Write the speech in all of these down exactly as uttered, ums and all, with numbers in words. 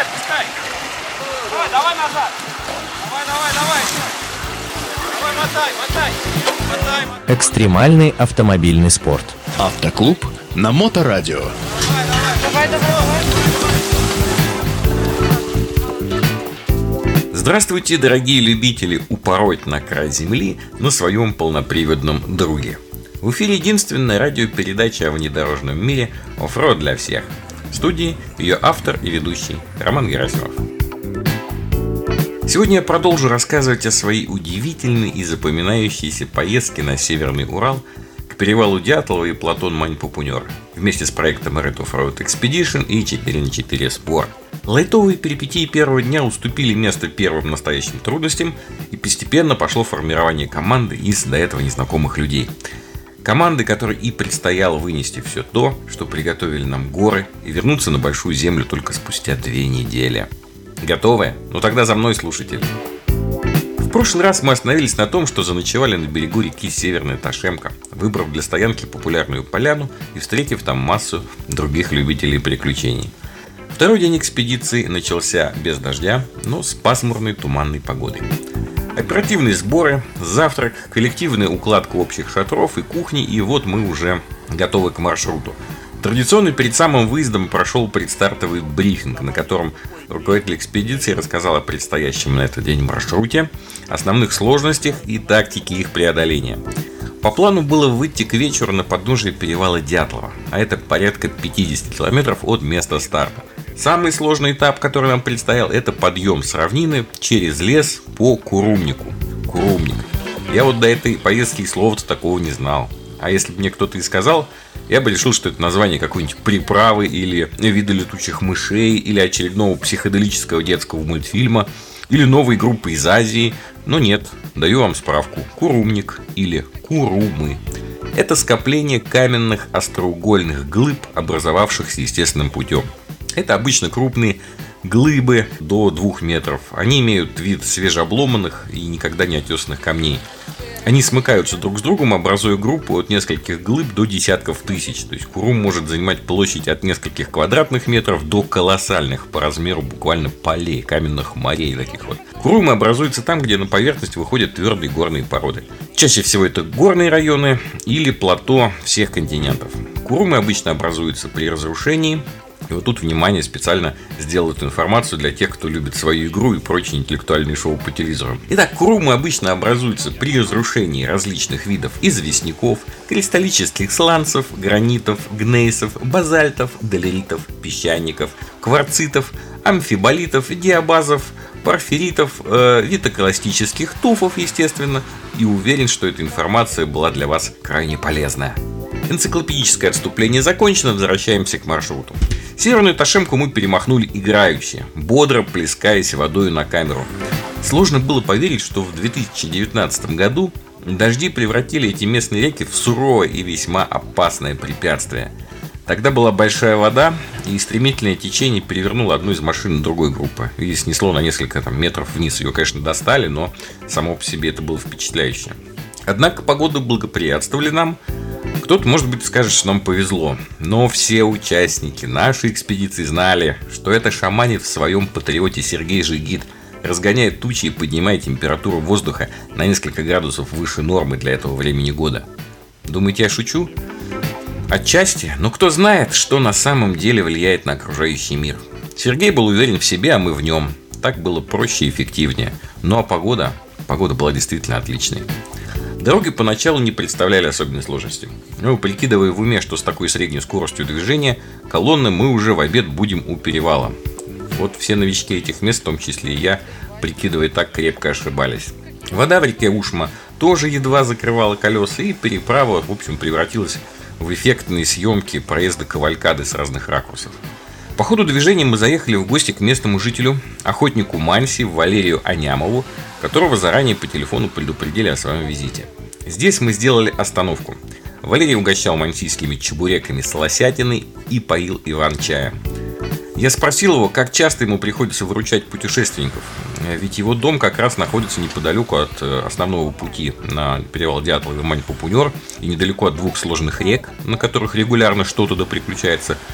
Отпускай, отпускай. Давай, давай назад. Давай, давай, давай. Давай, мотай, мотай. Мотай, мотай. Экстремальный автомобильный спорт. Автоклуб на Моторадио. Давай, давай, давай, давай. Здравствуйте, дорогие любители упороть на край земли на своем полноприводном друге. В эфире единственная радиопередача о внедорожном мире «Оффроуд для всех». В студии ее автор и ведущий Роман Герасимов. Сегодня я продолжу рассказывать о своей удивительной и запоминающейся поездке на Северный Урал к перевалу Дятлова и плато Умань-Пупунер вместе с проектом Red Off-Road Expedition и четыре на четыре Sport. Лайтовые перипетии первого дня уступили место первым настоящим трудностям, и постепенно пошло формирование команды из до этого незнакомых людей. Команды, которой и предстояло вынести все то, что приготовили нам горы, и вернуться на Большую Землю только спустя две недели. Готовы? Ну тогда за мной, слушатели. В прошлый раз мы остановились на том, что заночевали на берегу реки Северная Ташемка, выбрав для стоянки популярную поляну и встретив там массу других любителей приключений. Второй день экспедиции начался без дождя, но с пасмурной туманной погодой. Оперативные сборы, завтрак, коллективная укладка общих шатров и кухни, и вот мы уже готовы к маршруту. Традиционно перед самым выездом прошел предстартовый брифинг, на котором руководитель экспедиции рассказал о предстоящем на этот день маршруте, основных сложностях и тактике их преодоления. По плану было выйти к вечеру на подножие перевала Дятлова, а это порядка пятьдесят километров от места старта. Самый сложный этап, который нам предстоял, это подъем с равнины через лес по Курумнику. Курумник. Я вот до этой поездки и слова-то такого не знал. А если бы мне кто-то и сказал, я бы решил, что это название какой-нибудь приправы или вида летучих мышей, или очередного психоделического детского мультфильма, или новой группы из Азии. Но нет, даю вам справку. Курумник или Курумы. Это скопление каменных остроугольных глыб, образовавшихся естественным путем. Это обычно крупные глыбы до двух метров. Они имеют вид свежеобломанных и никогда не отесанных камней. Они смыкаются друг с другом, образуя группу от нескольких глыб до десятков тысяч. То есть Курум может занимать площадь от нескольких квадратных метров до колоссальных по размеру буквально полей, каменных морей таких вот. Курумы образуются там, где на поверхность выходят твердые горные породы. Чаще всего это горные районы или плато всех континентов. Курумы обычно образуются при разрушении. И вот тут, внимание, специально сделал эту информацию для тех, кто любит свою игру и прочие интеллектуальные шоу по телевизору. Итак, курумы обычно образуются при разрушении различных видов известняков, кристаллических сланцев, гранитов, гнейсов, базальтов, долеритов, песчаников, кварцитов, амфиболитов, диабазов, порфиритов, э, витокластических туфов, естественно. И уверен, что эта информация была для вас крайне полезная. Энциклопедическое отступление закончено, возвращаемся к маршруту. Северную Ташемку мы перемахнули играючи, бодро плескаясь водой на камеру. Сложно было поверить, что в две тысячи девятнадцатом году дожди превратили эти местные реки в суровое и весьма опасное препятствие. Тогда была большая вода, и стремительное течение перевернуло одну из машин другой группы и снесло на несколько там, метров вниз. Ее, конечно, достали, но само по себе это было впечатляюще. Однако погода благоприятствовали нам. Кто-то, может быть, скажет, что нам повезло, но все участники нашей экспедиции знали, что это шаманит в своем патриоте Сергей Жигит, разгоняет тучи и поднимает температуру воздуха на несколько градусов выше нормы для этого времени года. Думаете, я шучу? Отчасти, но кто знает, что на самом деле влияет на окружающий мир. Сергей был уверен в себе, а мы в нем. Так было проще и эффективнее. Ну а погода? Погода была действительно отличной. Дороги поначалу не представляли особенной сложности. Но, прикидывая в уме, что с такой средней скоростью движения колонны мы уже в обед будем у перевала. Вот все новички этих мест, в том числе и я, прикидывая, так крепко ошибались. Вода в реке Ушма тоже едва закрывала колеса, и переправа, в общем, превратилась в эффектные съемки проезда кавалькады с разных ракурсов. По ходу движения мы заехали в гости к местному жителю, охотнику Манси, Валерию Анямову, которого заранее по телефону предупредили о своем визите. Здесь мы сделали остановку. Валерий угощал мансийскими чебуреками с лосятиной и поил иван-чаем. Я спросил его, как часто ему приходится выручать путешественников, ведь его дом как раз находится неподалеку от основного пути на перевал Дятлова и Умань-Пупунер и недалеко от двух сложных рек, на которых регулярно что-то да приключается.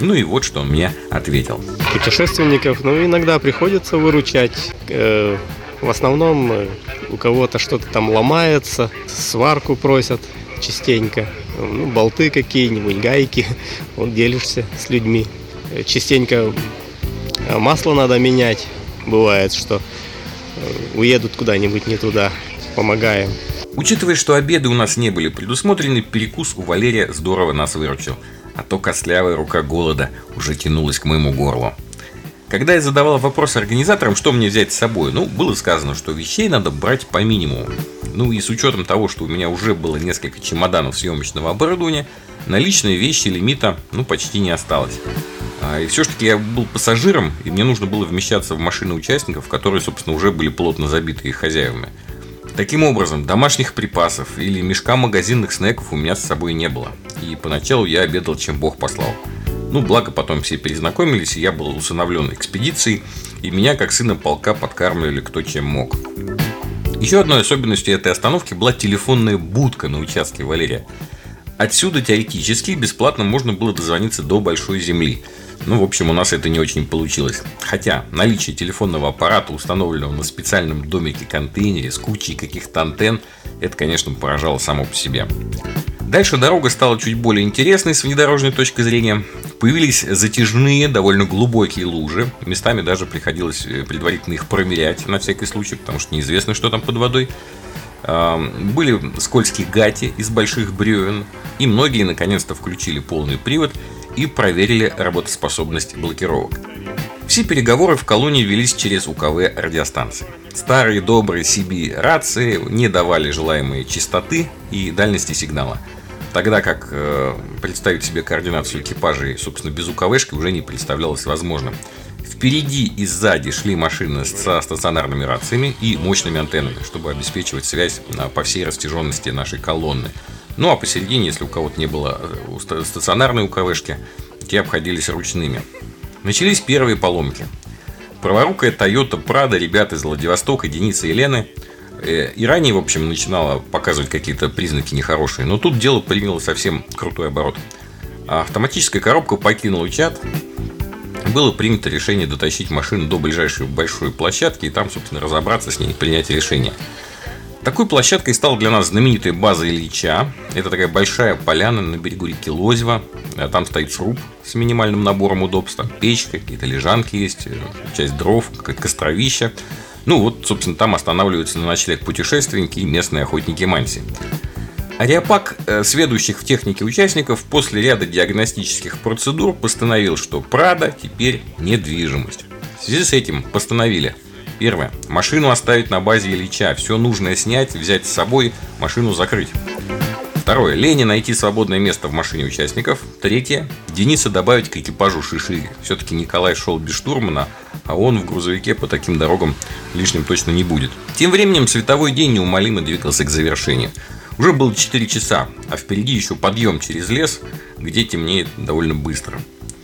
Ну и вот что он мне ответил. Путешественников, ну, иногда приходится выручать. Э, в основном э, у кого-то что-то там ломается, сварку просят частенько. Ну, болты какие-нибудь, гайки. Вот делишься с людьми. Частенько масло надо менять. Бывает, что уедут куда-нибудь не туда. Помогаем. Учитывая, что обеды у нас не были предусмотрены, перекус у Валерия здорово нас выручил. А то костлявая рука голода уже тянулась к моему горлу. Когда я задавал вопрос организаторам, что мне взять с собой, ну, было сказано, что вещей надо брать по минимуму. Ну и с учетом того, что у меня уже было несколько чемоданов съемочного оборудования, на личные вещи лимита, ну, почти не осталось. И все-таки я был пассажиром, и мне нужно было вмещаться в машины участников, которые, собственно, уже были плотно забиты их хозяевами. Таким образом, домашних припасов или мешка магазинных снеков у меня с собой не было. И поначалу я обедал, чем Бог послал. Ну, благо потом все перезнакомились, и я был усыновлен экспедицией, и меня, как сына полка, подкармливали кто чем мог. Еще одной особенностью этой остановки была телефонная будка на участке Валерия. Отсюда теоретически бесплатно можно было дозвониться до Большой Земли. Ну, в общем, у нас это не очень получилось. Хотя наличие телефонного аппарата, установленного на специальном домике-контейнере с кучей каких-то антенн, это, конечно, поражало само по себе. Дальше дорога стала чуть более интересной с внедорожной точки зрения. Появились затяжные, довольно глубокие лужи. Местами даже приходилось предварительно их промерять на всякий случай, потому что неизвестно, что там под водой. Были скользкие гати из больших бревен. И многие наконец-то включили полный привод и проверили работоспособность блокировок. Все переговоры в колонии велись через УКВ радиостанции. Старые добрые си би рации не давали желаемой частоты и дальности сигнала. Тогда как э, представить себе координацию экипажей, собственно, без УКВшки уже не представлялось возможным. Впереди и сзади шли машины со стационарными рациями и мощными антеннами, чтобы обеспечивать связь по всей растяженности нашей колонны. Ну а посередине, если у кого-то не было стационарной УКВшки, те обходились ручными. Начались первые поломки. Праворукая Toyota Prado ребят из Владивостока, Дениса и Лены, и ранее, в общем, начинала показывать какие-то признаки нехорошие, но тут дело приняло совсем крутой оборот. Автоматическая коробка покинула чат. Было принято решение дотащить машину до ближайшей большой площадки и там, собственно, разобраться с ней и принять решение. Такой площадкой стала для нас знаменитая база Ильича. Это такая большая поляна на берегу реки Лозьва. Там стоит сруб с минимальным набором удобств. Там печка, какие-то лежанки есть, часть дров, какое-то костровище. Ну вот, собственно, там останавливаются на ночлег путешественники и местные охотники манси. Ариапак, сведущих в технике участников, после ряда диагностических процедур постановил, что Prado теперь недвижимость. В связи с этим постановили: первое. Машину оставить на базе Ильича. Все нужное снять, взять с собой, машину закрыть. Второе. Лене найти свободное место в машине участников. Третье. Дениса добавить к экипажу Шиши. Все-таки Николай шел без штурмана, а он в грузовике по таким дорогам лишним точно не будет. Тем временем световой день неумолимо двигался к завершению. Уже было четыре часа, а впереди еще подъем через лес, где темнеет довольно быстро.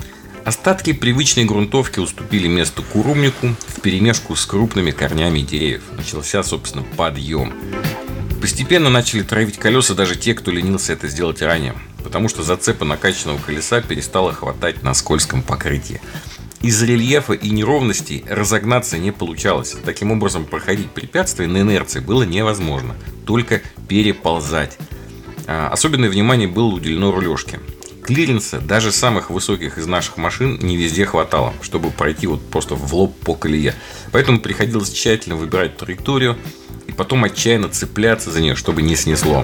Остатки привычной грунтовки уступили место курумнику вперемешку с крупными корнями деревьев. Начался, собственно, подъем. Постепенно начали травить колеса даже те, кто ленился это сделать ранее, потому что зацепа накачанного колеса перестала хватать на скользком покрытии. Из-за рельефа и неровностей разогнаться не получалось. Таким образом, проходить препятствия на инерции было невозможно, только переползать. Особенное внимание было уделено рулежке. Клиренса даже самых высоких из наших машин не везде хватало, чтобы пройти вот просто в лоб по колее. Поэтому приходилось тщательно выбирать траекторию и потом отчаянно цепляться за нее, чтобы не снесло.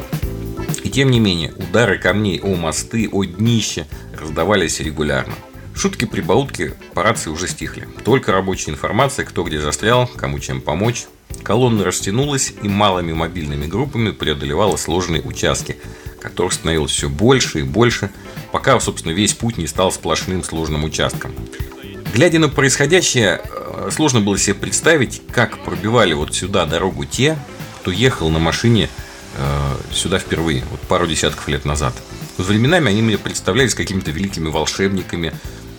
И тем не менее, удары камней о мосты, о днище раздавались регулярно. Шутки-прибаутки по рации уже стихли. Только рабочая информация, кто где застрял, кому чем помочь. Колонна растянулась и малыми мобильными группами преодолевала сложные участки, которых становилось все больше и больше, пока, собственно, весь путь не стал сплошным сложным участком. Глядя на происходящее, сложно было себе представить, как пробивали вот сюда дорогу те, кто ехал на машине э, сюда впервые, вот пару десятков лет назад. Временами они мне представлялись какими-то великими волшебниками,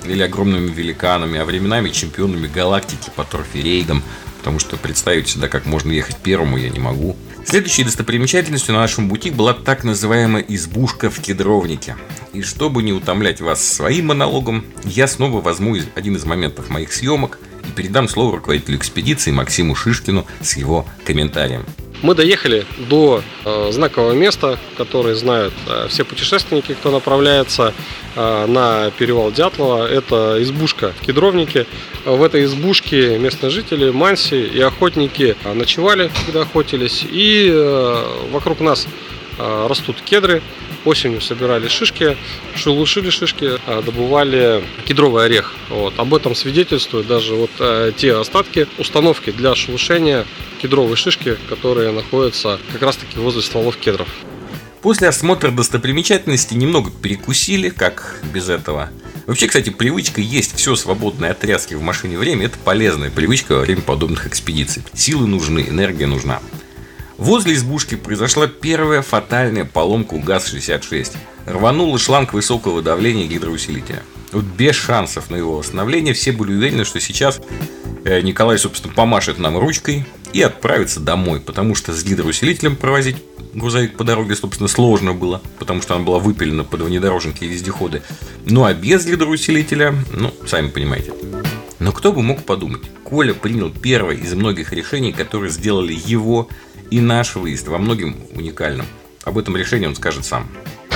или огромными великанами, а временами чемпионами галактики по торфи-рейдам, потому что представить сюда, как можно ехать первому, я не могу. Следующей достопримечательностью на нашем пути была так называемая избушка в Кедровнике. И чтобы не утомлять вас своим монологом, я снова возьму один из моментов моих съемок и передам слово руководителю экспедиции Максиму Шишкину с его комментарием. Мы доехали до э, знакового места, которое знают э, все путешественники, кто направляется э, на перевал Дятлова. Это избушка в Кедровнике. В этой избушке местные жители, манси и охотники ночевали, когда охотились. И э, вокруг нас э, растут кедры. Осенью собирали шишки, шелушили шишки, добывали кедровый орех. Вот. Об этом свидетельствуют даже вот э, те остатки установки для шелушения кедровой шишки, которые находятся как раз таки возле стволов кедров. После осмотра достопримечательностей немного перекусили, как без этого. Вообще, кстати, привычка есть все свободное от тряски в машине время – это полезная привычка во время подобных экспедиций. Силы нужны, энергия нужна. Возле избушки произошла первая фатальная поломка у ГАЗ шестьдесят шесть. Рванула шланг высокого давления гидроусилителя. Вот без шансов на его восстановление все были уверены, что сейчас Николай, собственно, помашет нам ручкой и отправится домой, потому что с гидроусилителем провозить грузовик по дороге, собственно, сложно было, потому что она была выпилена под внедорожники и вездеходы. Ну а без гидроусилителя, ну, сами понимаете. Но кто бы мог подумать, Коля принял первое из многих решений, которые сделали его и наш выезд во многим уникальным. Об этом решении он скажет сам.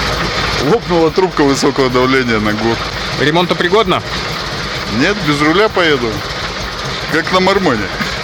Лопнула трубка высокого давления на год. Ремонтопригодно? Нет, без руля поеду. Как на Мармоне.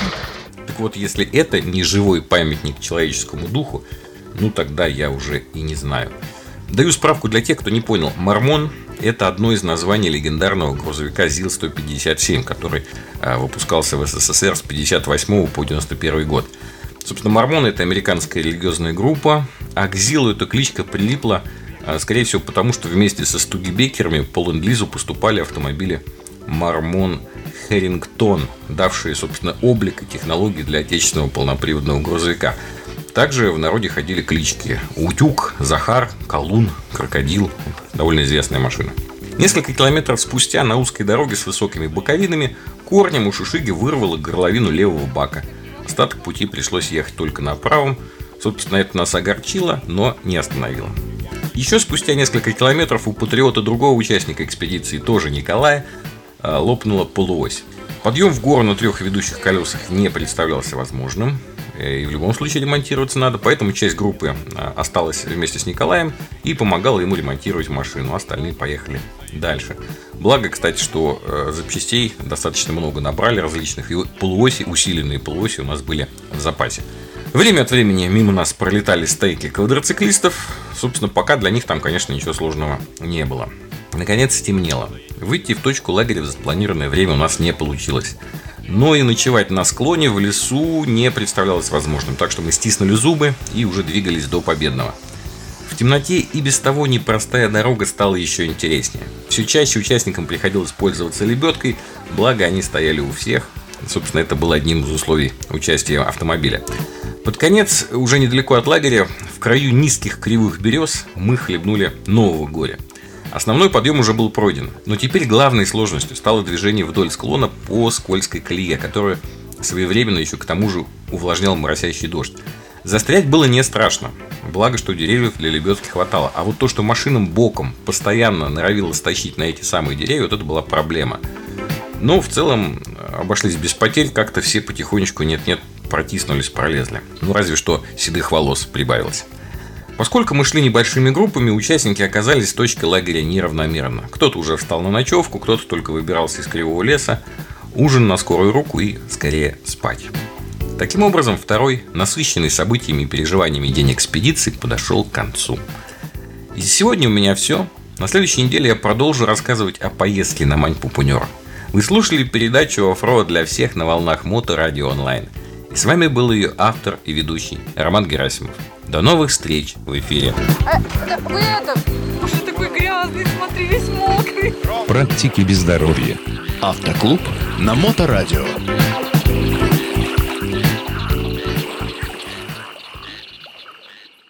Так вот, если это не живой памятник человеческому духу, ну тогда я уже и не знаю. Даю справку для тех, кто не понял. Мармон – это одно из названий легендарного грузовика ЗИЛ сто пятьдесят семь, который а, выпускался в СССР с пятьдесят восьмого по девяносто первый год. Собственно, Мормоны – это американская религиозная группа, а к ЗИЛу эта кличка прилипла, скорее всего, потому что вместе со студебекерами по ленд-лизу поступали автомобили Мормон Хэрингтон, давшие, собственно, облик и технологии для отечественного полноприводного грузовика. Также в народе ходили клички Утюг, Захар, Колун, Крокодил. Довольно известная машина. Несколько километров спустя на узкой дороге с высокими боковинами корнем у шишиги вырвало горловину левого бака. Остаток пути пришлось ехать только на правом. Собственно, это нас огорчило, но не остановило. Еще спустя несколько километров у патриота другого участника экспедиции, тоже Николая, лопнула полуось. Подъем в гору на трех ведущих колесах не представлялся возможным. И в любом случае ремонтироваться надо. Поэтому часть группы осталась вместе с Николаем и помогала ему ремонтировать машину. Остальные поехали дальше. Благо, кстати, что запчастей достаточно много набрали различных. И полуоси, усиленные полуоси у нас были в запасе. Время от времени мимо нас пролетали стейки квадроциклистов. Собственно, пока для них там, конечно, ничего сложного не было. Наконец стемнело. Выйти в точку лагеря в запланированное время у нас не получилось. Но и ночевать на склоне в лесу не представлялось возможным. Так что мы стиснули зубы и уже двигались до Победного. В темноте и без того непростая дорога стала еще интереснее. Все чаще участникам приходилось пользоваться лебедкой, благо они стояли у всех. Собственно, это было одним из условий участия автомобиля. Под конец, уже недалеко от лагеря, в краю низких кривых берез, мы хлебнули нового горя. Основной подъем уже был пройден, но теперь главной сложностью стало движение вдоль склона по скользкой колее, которая своевременно еще к тому же увлажнял моросящий дождь. Застрять было не страшно, благо что деревьев для лебедки хватало, а вот то, что машинам боком постоянно норовило стащить на эти самые деревья, вот это была проблема. Но в целом обошлись без потерь, как-то все потихонечку нет-нет протиснулись, пролезли. Ну разве что седых волос прибавилось. Поскольку мы шли небольшими группами, участники оказались в точке лагеря неравномерно. Кто-то уже встал на ночевку, кто-то только выбирался из кривого леса. Ужин на скорую руку и скорее спать. Таким образом, второй, насыщенный событиями и переживаниями день экспедиции, подошел к концу. И сегодня у меня все. На следующей неделе я продолжу рассказывать о поездке на Мань-Пупунёр. Вы слушали передачу «Оффроуд для всех» на волнах Моторадио Онлайн. И с вами был ее автор и ведущий Роман Герасимов. До новых встреч в эфире. А, да, вы это, уже такой грязный, смотри, весь мокрый. Практики без здоровья. Автоклуб на Моторадио.